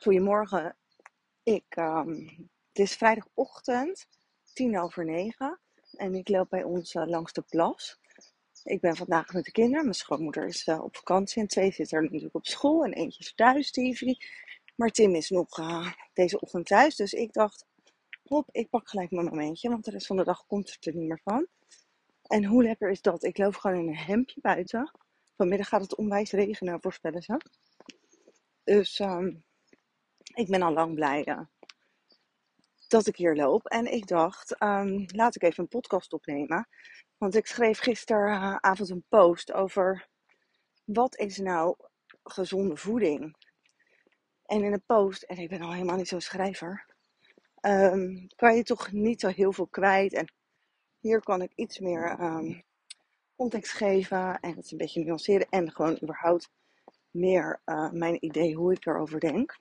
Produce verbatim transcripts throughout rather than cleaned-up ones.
Goedemorgen. Ik, ehm, het is vrijdagochtend, tien over negen. En ik loop bij ons eh, langs de plas. Ik ben vandaag met de kinderen. Mijn schoonmoeder is eh, op vakantie. En twee zitten er natuurlijk op school. En eentje is thuis, Stevie. Maar Tim is nog eh, deze ochtend thuis. Dus ik dacht, hop, ik pak gelijk mijn momentje. Want de rest van de dag komt het er niet meer van. En hoe lekker is dat? Ik loop gewoon in een hemdje buiten. Vanmiddag gaat het onwijs regenen, voorspellen ze. Dus ehm, ik ben al lang blij eh, dat ik hier loop. En ik dacht, ehm, laat ik even een podcast opnemen. Want ik schreef gisteravond een post over wat is nou gezonde voeding. En in een post, en ik ben al helemaal niet zo'n schrijver, ehm, kan je toch niet zo heel veel kwijt. En hier kan ik iets meer ehm, context geven en het een beetje nuanceren. En gewoon überhaupt meer uh, mijn idee hoe ik erover denk.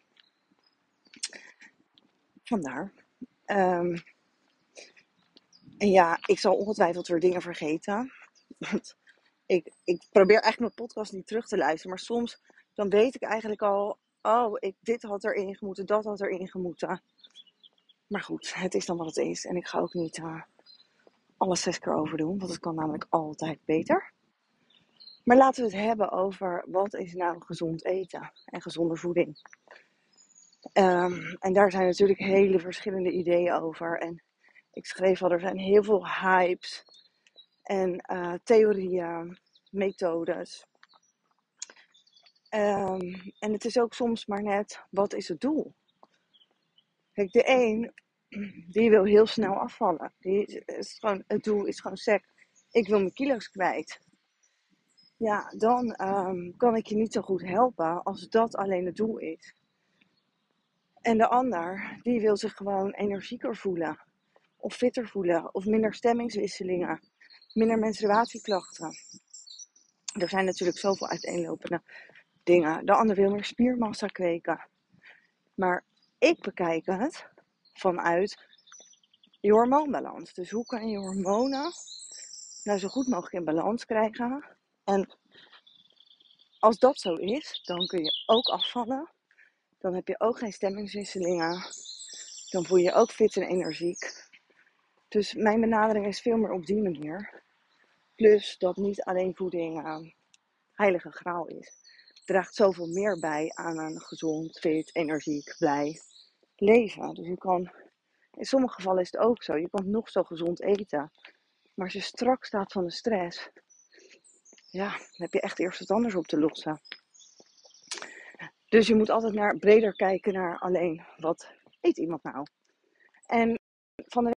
Vandaar. Um, en ja, ik zal ongetwijfeld weer dingen vergeten. Want ik, ik probeer eigenlijk mijn podcast niet terug te luisteren. Maar soms dan weet ik eigenlijk al, oh, ik, dit had erin gemoeten, dat had erin gemoeten. Maar goed, het is dan wat het is. En ik ga ook niet uh, alles zes keer overdoen. Want het kan namelijk altijd beter. Maar laten we het hebben over wat is nou gezond eten en gezonde voeding. Um, en daar zijn natuurlijk hele verschillende ideeën over. En ik schreef al, er zijn heel veel hypes en uh, theorieën, methodes. Um, en het is ook soms maar net, wat is het doel? Kijk, de een, die wil heel snel afvallen. Die is gewoon, het doel is gewoon sec. Ik wil mijn kilo's kwijt. Ja, dan um, kan ik je niet zo goed helpen als dat alleen het doel is. En de ander, die wil zich gewoon energieker voelen. Of fitter voelen. Of minder stemmingswisselingen. Minder menstruatieklachten. Er zijn natuurlijk zoveel uiteenlopende dingen. De ander wil meer spiermassa kweken. Maar ik bekijk het vanuit je hormoonbalans. Dus hoe kan je hormonen nou zo goed mogelijk in balans krijgen? En als dat zo is, dan kun je ook afvallen. Dan heb je ook geen stemmingswisselingen. Dan voel je je ook fit en energiek. Dus mijn benadering is veel meer op die manier. Plus dat niet alleen voeding uh, heilige graal is. Het draagt zoveel meer bij aan een gezond, fit, energiek, blij leven. Dus je kan, in sommige gevallen is het ook zo. Je kan nog zo gezond eten. Maar als je strak staat van de stress, ja, dan heb je echt eerst wat anders op te lossen. Dus je moet altijd naar, breder kijken naar alleen wat eet iemand nou. En van de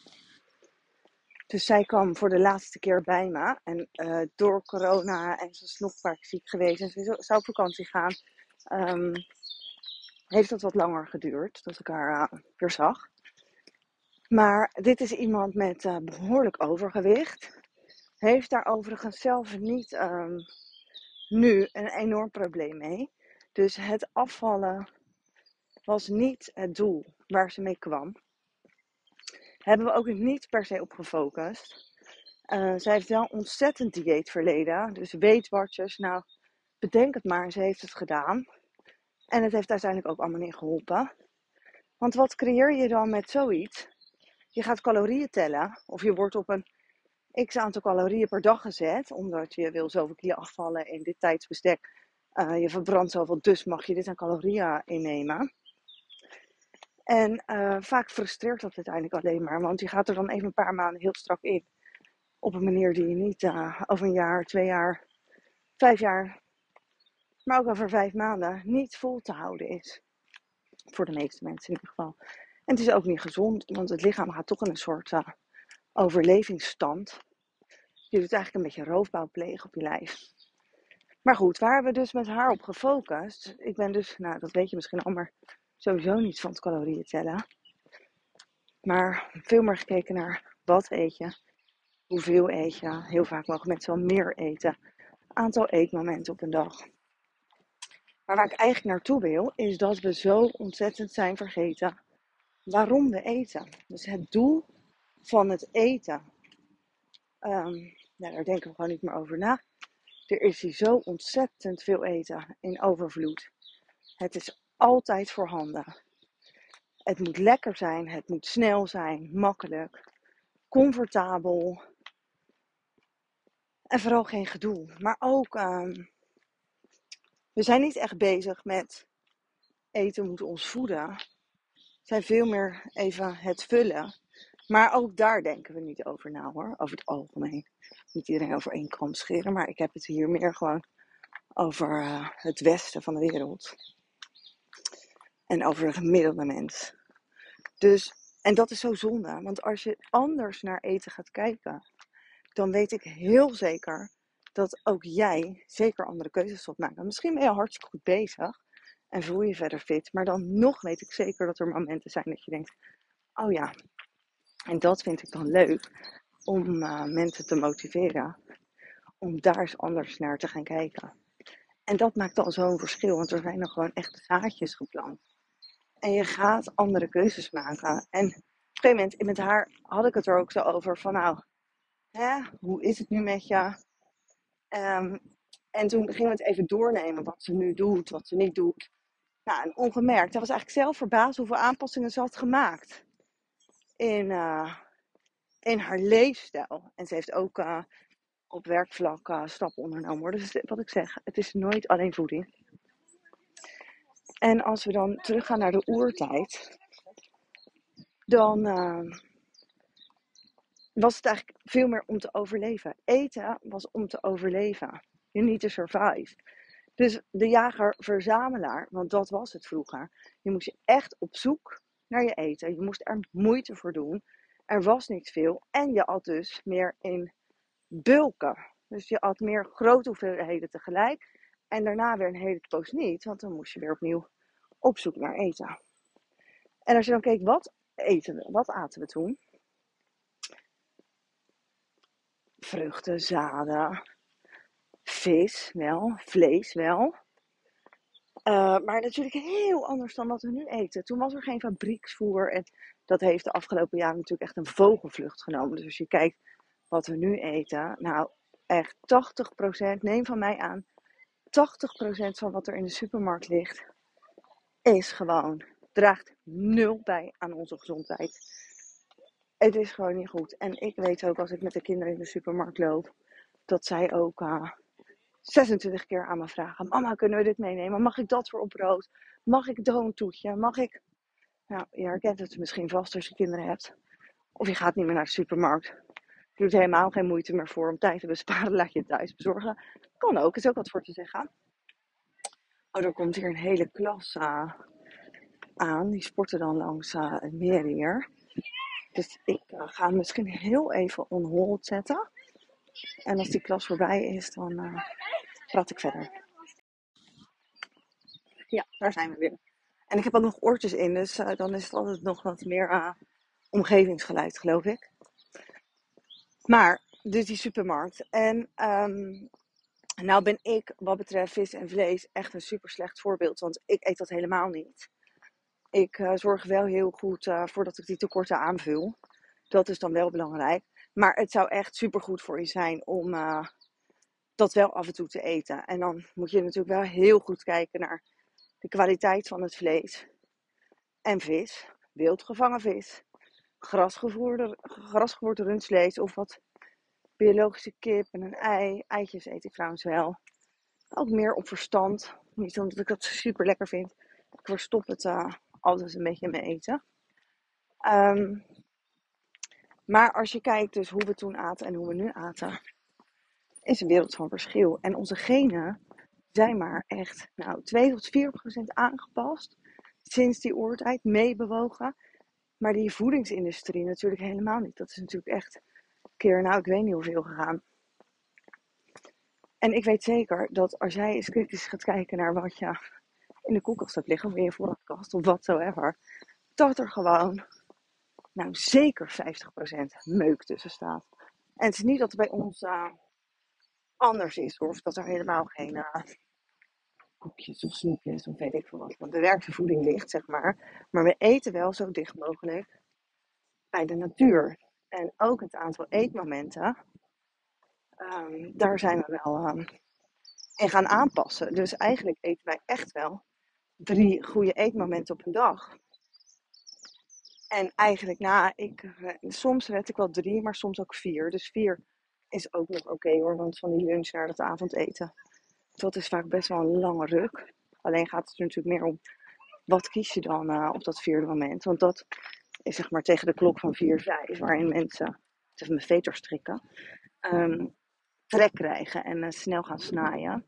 Dus zij kwam voor de laatste keer bij me. En uh, door corona en ze is nog vaak ziek geweest en ze zou op vakantie gaan. Um, heeft dat wat langer geduurd tot ik haar uh, weer zag. Maar dit is iemand met uh, behoorlijk overgewicht. Heeft daar overigens zelf niet um, nu een enorm probleem mee. Dus het afvallen was niet het doel waar ze mee kwam. Hebben we ook niet per se op gefocust. Uh, zij heeft wel ontzettend dieetverleden. Dus Weight Watchers, nou bedenk het maar, ze heeft het gedaan. En het heeft uiteindelijk ook allemaal niet geholpen. Want wat creëer je dan met zoiets? Je gaat calorieën tellen. Of je wordt op een x aantal calorieën per dag gezet. Omdat je wil zoveel kilo afvallen in dit tijdsbestek. Uh, je verbrandt zoveel, dus mag je dit aan calorieën innemen. En uh, vaak frustreert dat uiteindelijk alleen maar. Want je gaat er dan even een paar maanden heel strak in. Op een manier die je niet uh, over een jaar, twee jaar, vijf jaar, maar ook over vijf maanden niet vol te houden is. Voor de meeste mensen in ieder geval. En het is ook niet gezond, want het lichaam gaat toch in een soort uh, overlevingsstand. Je doet eigenlijk een beetje roofbouw plegen op je lijf. Maar goed, waar hebben we dus met haar op gefocust? Ik ben dus, nou dat weet je misschien al, maar sowieso niet van het calorieën tellen. Maar veel meer gekeken naar wat eet je, hoeveel eet je. Heel vaak mogen mensen wel meer eten. Aantal eetmomenten op een dag. Maar waar ik eigenlijk naartoe wil, is dat we zo ontzettend zijn vergeten waarom we eten. Dus het doel van het eten. Um, ja, daar denken we gewoon niet meer over na. Er is hier zo ontzettend veel eten in overvloed. Het is altijd voorhanden. Het moet lekker zijn, het moet snel zijn, makkelijk, comfortabel en vooral geen gedoe. Maar ook, uh, we zijn niet echt bezig met eten moet ons voeden. We zijn veel meer even het vullen. Maar ook daar denken we niet over na hoor, over het algemeen. Niet iedereen over één kam scheren, maar ik heb het hier meer gewoon over uh, het westen van de wereld. En over de gemiddelde mens. Dus, en dat is zo zonde, want als je anders naar eten gaat kijken, dan weet ik heel zeker dat ook jij zeker andere keuzes zult maken. Misschien ben je hartstikke goed bezig en voel je verder fit, maar dan nog weet ik zeker dat er momenten zijn dat je denkt, oh ja, en dat vind ik dan leuk om uh, mensen te motiveren, om daar eens anders naar te gaan kijken. En dat maakt al zo'n verschil, want er zijn er gewoon echt zaadjes geplant. En je gaat andere keuzes maken. En op een gegeven moment, met haar had ik het er ook zo over van nou, hè, hoe is het nu met je? Um, en toen gingen we het even doornemen wat ze nu doet, wat ze niet doet. Nou, en ongemerkt, hij was eigenlijk zelf verbaasd hoeveel aanpassingen ze had gemaakt in, uh, in haar leefstijl. En ze heeft ook uh, op werkvlak uh, stappen ondernomen hoor. Dus wat ik zeg, het is nooit alleen voeding. En als we dan teruggaan naar de oertijd, dan uh, was het eigenlijk veel meer om te overleven. Eten was om te overleven. You need to survive. Dus de jager-verzamelaar, want dat was het vroeger. Je moest je echt op zoek naar je eten. Je moest er moeite voor doen. Er was niet veel. En je at dus meer in bulken. Dus je at meer grote hoeveelheden tegelijk. En daarna weer een hele poos niet. Want dan moest je weer opnieuw op zoek naar eten. En als je dan keek, wat eten we? Wat aten we toen? Vruchten, zaden, vis wel, vlees wel. Uh, maar natuurlijk heel anders dan wat we nu eten. Toen was er geen fabrieksvoer. En dat heeft de afgelopen jaren natuurlijk echt een vogelvlucht genomen. Dus als je kijkt wat we nu eten. Nou, echt tachtig procent, neem van mij aan. tachtig procent van wat er in de supermarkt ligt. Is gewoon, draagt nul bij aan onze gezondheid. Het is gewoon niet goed. En ik weet ook als ik met de kinderen in de supermarkt loop. Dat zij ook... Uh, zesentwintig keer aan me vragen. Mama, kunnen we dit meenemen? Mag ik dat voor op brood? Mag ik zo'n toetje? Mag ik... Nou, je herkent het misschien vast als je kinderen hebt. Of je gaat niet meer naar de supermarkt. Je doet helemaal geen moeite meer voor om tijd te besparen. Laat je het thuis bezorgen. Kan ook, is ook wat voor te zeggen. Oh, er komt hier een hele klas uh, aan. Die sporten dan langs uh, het meer hier. Dus ik uh, ga hem misschien heel even on hold zetten. En als die klas voorbij is, dan uh, praat ik verder. Ja, daar zijn we weer. En ik heb ook nog oortjes in, dus uh, dan is het altijd nog wat meer uh, omgevingsgeluid, geloof ik. Maar, dus die supermarkt. En um, nou ben ik, wat betreft vis en vlees, echt een super slecht voorbeeld. Want ik eet dat helemaal niet. Ik uh, zorg wel heel goed uh, voor dat ik die tekorten aanvul. Dat is dan wel belangrijk. Maar het zou echt super goed voor je zijn om uh, dat wel af en toe te eten. En dan moet je natuurlijk wel heel goed kijken naar de kwaliteit van het vlees. En vis, wildgevangen vis, grasgevoerde, grasgevoerd rundvlees of wat biologische kip en een ei. Eitjes eet ik trouwens wel. Ook meer op verstand. Niet omdat ik dat super lekker vind. Ik verstop het uh, altijd een beetje in mijn eten. Um, maar als je kijkt dus hoe we toen aten en hoe we nu aten, is een wereld van verschil. En onze genen zijn maar echt nou, twee tot vier procent aangepast. Sinds die oertijd meebewogen. Maar die voedingsindustrie natuurlijk helemaal niet. Dat is natuurlijk echt een keer, nou ik weet niet hoeveel gegaan. En ik weet zeker dat als jij eens kritisch gaat kijken naar wat je in de koelkast hebt liggen. Of in je voorraadkast of whatsoever. Dat er gewoon, nou zeker vijftig procent meuk tussen staat. En het is niet dat het bij ons uh, anders is. Of dat er helemaal geen uh, koekjes of snoepjes of weet ik veel wat van bewerkte voeding ligt, zeg maar. Maar we eten wel zo dicht mogelijk bij de natuur. En ook het aantal eetmomenten, um, daar zijn we wel um, in gaan aanpassen. Dus eigenlijk eten wij echt wel drie goede eetmomenten op een dag. En eigenlijk, nou, ik, eh, soms red ik wel drie, maar soms ook vier. Dus vier is ook nog oké hoor, want van die lunch naar het avondeten, dat is vaak best wel een lange ruk. Alleen gaat het er natuurlijk meer om, wat kies je dan eh, op dat vierde moment? Want dat is zeg maar tegen de klok van vier, vijf, waarin mensen, even mijn veter strikken, ehm, trek krijgen en eh, snel gaan snijden.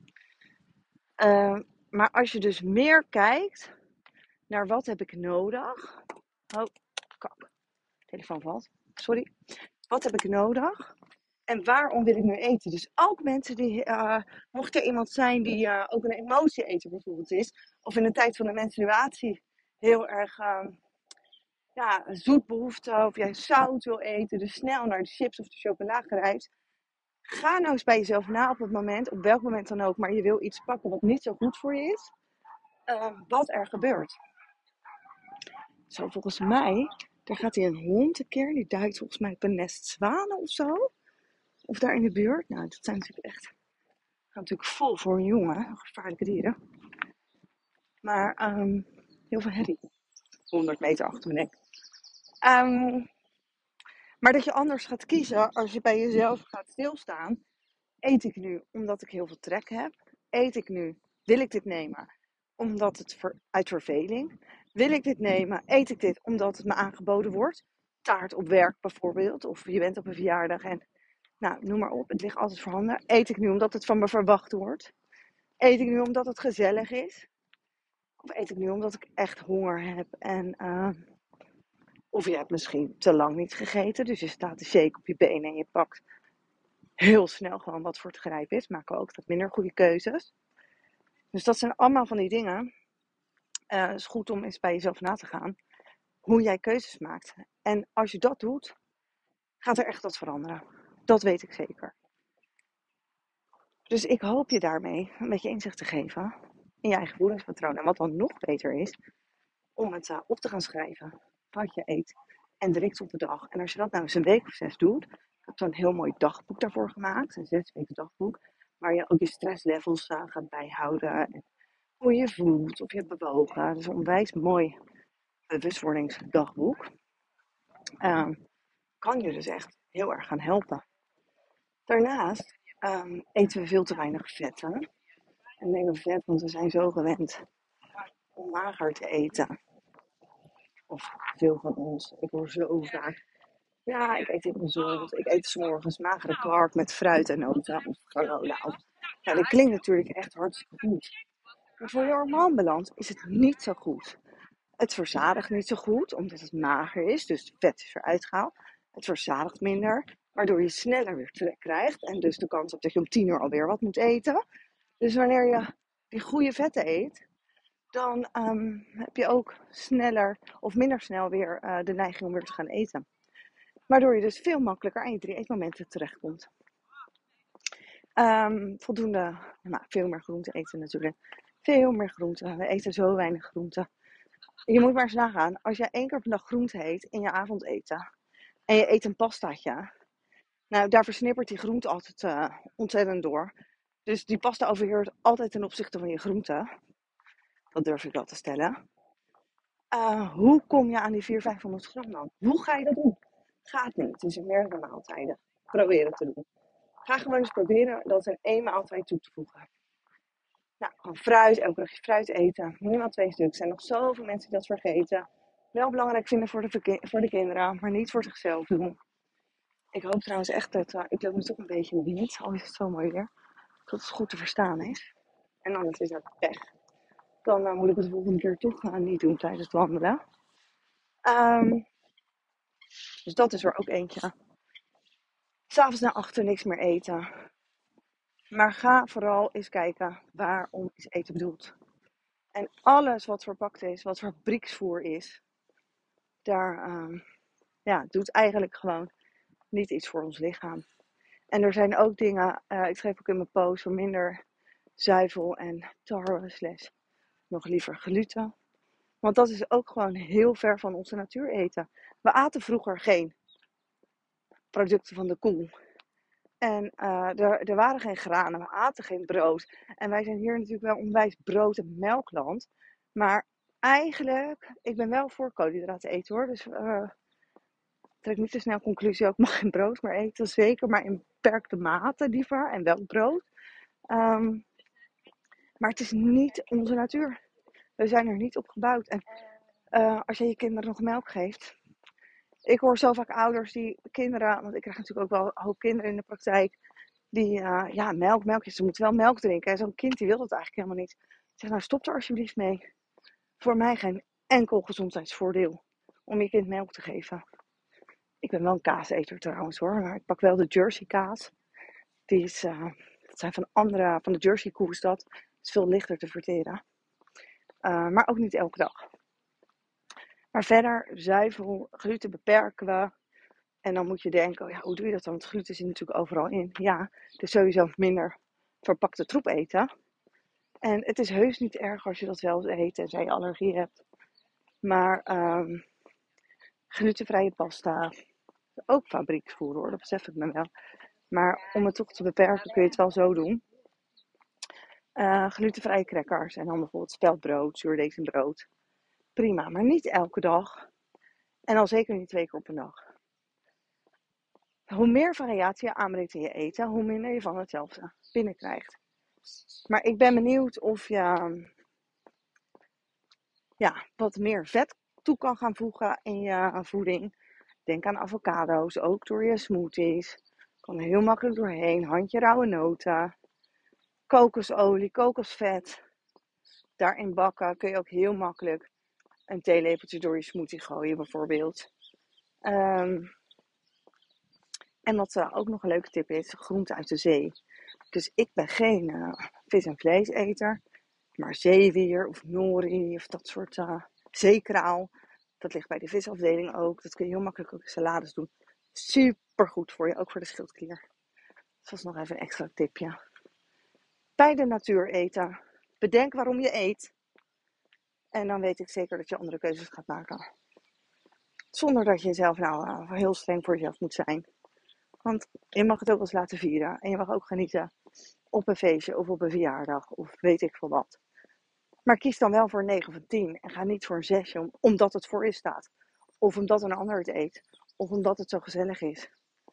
Ehm, maar als je dus meer kijkt naar wat heb ik nodig. Oh, kak. Telefoon valt. Sorry. Wat heb ik nodig? En waarom wil ik nu eten? Dus ook mensen die, uh, mocht er iemand zijn die uh, ook een emotieeter bijvoorbeeld is, of in de tijd van de menstruatie heel erg uh, ja, zoetbehoefte, of jij zout wil eten, dus snel naar de chips of de chocola grijpt. Ga nou eens bij jezelf na op het moment, op welk moment dan ook, maar je wil iets pakken wat niet zo goed voor je is, uh, wat er gebeurt. Zo, volgens mij, daar gaat hier een hond een keer, die duikt volgens mij op een nest zwanen of zo. Of daar in de buurt. Nou, dat zijn natuurlijk echt, gaat natuurlijk vol voor een jongen, gevaarlijke dieren. Maar um, heel veel herrie, honderd meter achter mijn nek. Um, maar dat je anders gaat kiezen als je bij jezelf gaat stilstaan. Eet ik nu omdat ik heel veel trek heb? Eet ik nu, wil ik dit nemen omdat het ver, uit verveling? Wil ik dit nemen? Eet ik dit omdat het me aangeboden wordt? Taart op werk bijvoorbeeld. Of je bent op een verjaardag en nou, noem maar op. Het ligt altijd voorhanden. Eet ik nu omdat het van me verwacht wordt? Eet ik nu omdat het gezellig is? Of eet ik nu omdat ik echt honger heb? En, uh, of je hebt misschien te lang niet gegeten. Dus je staat te shake op je benen en je pakt heel snel gewoon wat voor te grijpen is. Maken we ook wat minder goede keuzes. Dus dat zijn allemaal van die dingen. Uh, het is goed om eens bij jezelf na te gaan. Hoe jij keuzes maakt. En als je dat doet, gaat er echt wat veranderen. Dat weet ik zeker. Dus ik hoop je daarmee een beetje inzicht te geven in je eigen voedingspatroon. En wat dan nog beter is, om het uh, op te gaan schrijven. Wat je eet. En direct op de dag. En als je dat nou eens een week of zes doet. Ik heb zo'n heel mooi dagboek daarvoor gemaakt. Een zes weken dagboek. Waar je ook je stresslevels uh, gaat bijhouden. En hoe je voelt. Of je hebt bewogen. Dat is een onwijs mooi bewustwordingsdagboek. Uh, kan je dus echt heel erg gaan helpen. Daarnaast um, eten we veel te weinig vetten. En denk over vet, want we zijn zo gewend om mager te eten. Of veel van ons. Ik hoor zo vaak. Ja, ik eet in gezond. Ik eet 's morgens magere kwark met fruit en noten. Of granola. Ja, dat klinkt natuurlijk echt hartstikke goed. Maar voor je hormoonbalans is het niet zo goed. Het verzadigt niet zo goed, omdat het mager is. Dus het vet is eruit gehaald. Het verzadigt minder, waardoor je sneller weer trek krijgt. En dus de kans op dat je om tien uur alweer wat moet eten. Dus wanneer je die goede vetten eet, dan um, heb je ook sneller of minder snel weer uh, de neiging om weer te gaan eten. Waardoor je dus veel makkelijker aan je drie eetmomenten terechtkomt. Um, voldoende, nou, veel meer groente eten natuurlijk. Veel meer groente. We eten zo weinig groente. Je moet maar eens nagaan, als jij één keer per dag groente eet in je avondeten. En je eet een pastaatje. Nou, daar versnippert die groente altijd uh, ontzettend door. Dus die pasta overheert altijd ten opzichte van je groente. Dat durf ik wel te stellen. Uh, hoe kom je aan die vierhonderd, vijfhonderd gram dan? Hoe ga je dat doen? Gaat niet. Dus in meerdere maaltijden. Probeer het te doen. Ga gewoon eens proberen dat in één maaltijd toe te voegen. Nou, gewoon fruit. Elke dag je fruit eten. Minimaal twee stuks. Er zijn nog zoveel mensen die dat vergeten. Wel belangrijk vinden voor de, voor de kinderen. Maar niet voor zichzelf doen. Ik hoop trouwens echt dat... Uh, ik loop nu toch een beetje in de wind. Oh, is het zo mooi weer. Dat het goed te verstaan is. En anders is dat pech. Dan uh, moet ik het de volgende keer toch uh, niet doen tijdens het wandelen. Um, dus dat is er ook eentje. 'S'avonds naar achter niks meer eten. Maar ga vooral eens kijken waarom is eten bedoeld. En alles wat verpakt is, wat fabrieksvoer is, daar um, ja, doet eigenlijk gewoon niet iets voor ons lichaam. En er zijn ook dingen, uh, ik schreef ook in mijn post, voor minder zuivel en tarwe slash nog liever gluten. Want dat is ook gewoon heel ver van onze natuur eten. We aten vroeger geen producten van de koe. En uh, er, er waren geen granen, we aten geen brood. En wij zijn hier natuurlijk wel onwijs brood- en melkland. Maar eigenlijk, ik ben wel voor koolhydraten eten hoor. Dus uh, trek niet te snel conclusie, ook mag geen brood meer eten. Zeker, maar in beperkte mate liever. En wel brood. Um, maar het is niet onze natuur. We zijn er niet op gebouwd. En uh, als je je kinderen nog melk geeft. Ik hoor zo vaak ouders die kinderen, want ik krijg natuurlijk ook wel een hoop kinderen in de praktijk. Die, uh, ja, melk, melk. Ze moeten wel melk drinken. En zo'n kind die wil dat eigenlijk helemaal niet. Ik zeg, nou stop er alsjeblieft mee. Voor mij geen enkel gezondheidsvoordeel om je kind melk te geven. Ik ben wel een kaaseter trouwens hoor, maar ik pak wel de Jersey kaas. Die is, uh, dat zijn van andere, van de Jersey koe is dat. Het is veel lichter te verteren. Uh, maar ook niet elke dag. Maar verder, zuivel, gluten beperken we. En dan moet je denken, oh ja, hoe doe je dat dan? Want gluten zit natuurlijk overal in. Ja, dus sowieso minder verpakte troep eten. En het is heus niet erg als je dat wel eet en zij allergie hebt. Maar um, glutenvrije pasta, ook fabrieksvoer hoor, dat besef ik me wel. Maar om het toch te beperken kun je het wel zo doen. Uh, glutenvrije crackers en dan bijvoorbeeld speldbrood, zuurdesembrood. Prima, maar niet elke dag. En al zeker niet twee keer op een dag. Hoe meer variatie je aanbrengt in je eten, hoe minder je van hetzelfde binnenkrijgt. Maar ik ben benieuwd of je ja, wat meer vet toe kan gaan voegen in je voeding. Denk aan avocado's, ook door je smoothies. Kan er heel makkelijk doorheen. Handje rauwe noten. Kokosolie, kokosvet. Daarin bakken kun je ook heel makkelijk een theelepeltje door je smoothie gooien bijvoorbeeld. Um, en wat uh, ook nog een leuke tip is, groente uit de zee. Dus ik ben geen uh, vis- en vleeseter. Maar zeewier of nori of dat soort uh, zeekraal. Dat ligt bij de visafdeling ook. Dat kun je heel makkelijk ook in salades doen. Super goed voor je, ook voor de schildklier. Dat was nog even een extra tipje. Bij de natuur eten. Bedenk waarom je eet. En dan weet ik zeker dat je andere keuzes gaat maken. Zonder dat je jezelf nou uh, heel streng voor jezelf moet zijn. Want je mag het ook eens laten vieren. En je mag ook genieten op een feestje of op een verjaardag. Of weet ik veel wat. Maar kies dan wel voor een negen of een tien. En ga niet voor een zesje omdat het voor je staat. Of omdat een ander het eet. Of omdat het zo gezellig is.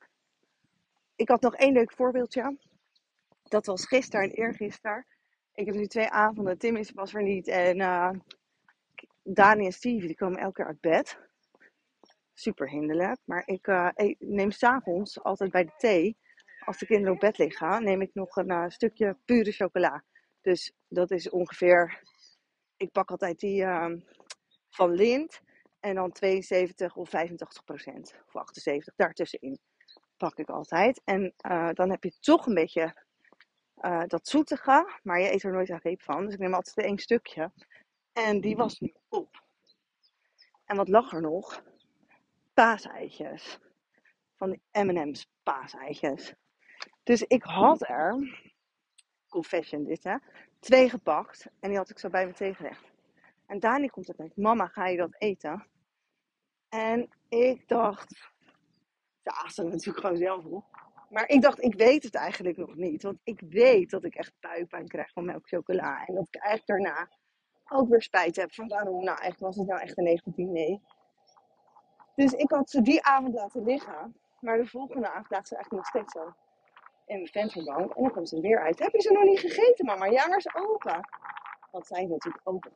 Ik had nog één leuk voorbeeldje. Dat was gisteren en eergisteren. Ik heb nu twee avonden. Tim is was er niet. En uh, Dani en Stevie die komen elke keer uit bed. Super hinderlijk. Maar ik uh, neem s'avonds altijd bij de thee. Als de kinderen op bed liggen. Neem ik nog een uh, stukje pure chocola. Dus dat is ongeveer... Ik pak altijd die... Uh, van Lindt en dan tweeënzeventig of vijfentachtig procent of achtenzeventig, daartussenin pak ik altijd. En uh, dan heb je toch een beetje uh, dat zoetige, maar je eet er nooit een reep van. Dus ik neem altijd één stukje. En die was nu op. En wat lag er nog? Paaseitjes. Van die M en M's paaseitjes. Dus ik had er, confession dit hè, twee gepakt. En die had ik zo bij me tegengelegd. En Dani komt het met, mama, ga je dat eten? En ik dacht, ja, ze natuurlijk gewoon zelf op. Maar ik dacht, ik weet het eigenlijk nog niet. Want ik weet dat ik echt buikpijn krijg van melk chocola. En dat ik eigenlijk daarna ook weer spijt heb van waarom. Nou, echt was het nou echt een negentien? Nee. Dus ik had ze die avond laten liggen. Maar de volgende avond lag ze eigenlijk nog steeds zo in mijn vensterbank. En dan komt ze weer uit. Heb je ze nog niet gegeten, mama? Ja, maar ze open. Want zij is natuurlijk open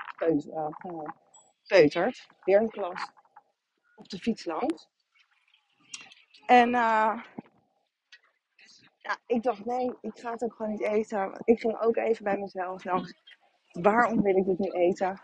gepeuterd. Weer een klas op de fiets langs. En uh, ja, ik dacht, nee, ik ga het ook gewoon niet eten. Ik ging ook even bij mezelf langs. Waarom wil ik dit nu eten?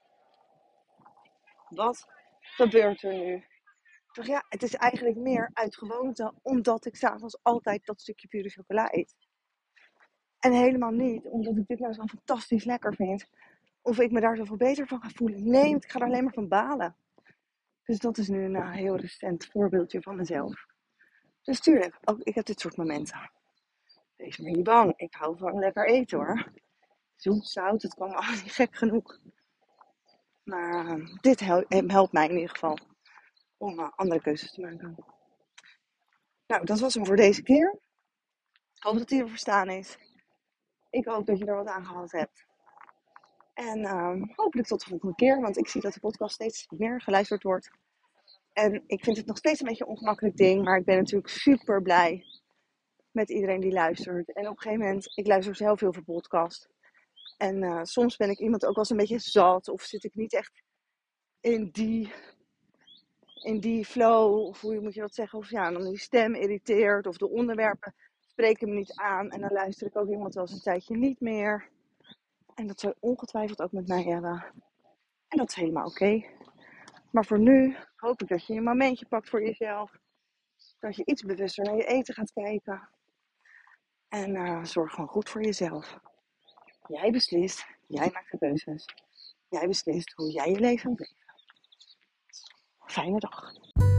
Wat gebeurt er nu? Ik dacht, ja, het is eigenlijk meer uit gewoonte, omdat ik s'avonds altijd dat stukje pure chocola eet. En helemaal niet, omdat ik dit nou zo fantastisch lekker vind. Of ik me daar zoveel beter van ga voelen. Nee, want ik ga er alleen maar van balen. Dus dat is nu een uh, heel recent voorbeeldje van mezelf. Dus tuurlijk, ook ik heb dit soort momenten. Wees maar niet bang, ik hou van lekker eten hoor. Zoet, zout, het kwam al niet gek genoeg. Maar uh, dit hel- helpt mij in ieder geval om uh, andere keuzes te maken. Nou, dat was hem voor deze keer. Ik hoop dat hij er verstaan is. Ik hoop dat je er wat aan gehad hebt. En uh, hopelijk tot de volgende keer. Want ik zie dat de podcast steeds meer geluisterd wordt. En ik vind het nog steeds een beetje een ongemakkelijk ding. Maar ik ben natuurlijk super blij met iedereen die luistert. En op een gegeven moment, ik luister zelf heel veel podcast. En uh, soms ben ik iemand ook wel eens een beetje zat. Of zit ik niet echt in die, in die flow. Of hoe moet je dat zeggen. Of ja, dan die stem irriteert. Of de onderwerpen spreken me niet aan. En dan luister ik ook iemand wel eens een tijdje niet meer. En dat zou je ongetwijfeld ook met mij hebben. En dat is helemaal oké. Okay. Maar voor nu hoop ik dat je een momentje pakt voor jezelf. Dat je iets bewuster naar je eten gaat kijken. En uh, zorg gewoon goed voor jezelf. Jij beslist. Jij maakt de keuzes. Jij beslist hoe jij je leven wilt leven. Fijne dag.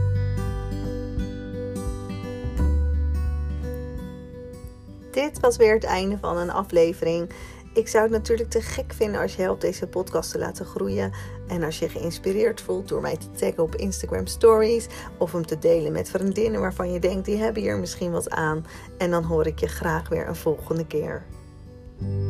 Dit was weer het einde van een aflevering. Ik zou het natuurlijk te gek vinden als je helpt deze podcast te laten groeien. En als je geïnspireerd voelt door mij te taggen op Instagram Stories. Of hem te delen met vriendinnen waarvan je denkt, die hebben hier misschien wat aan. En dan hoor ik je graag weer een volgende keer.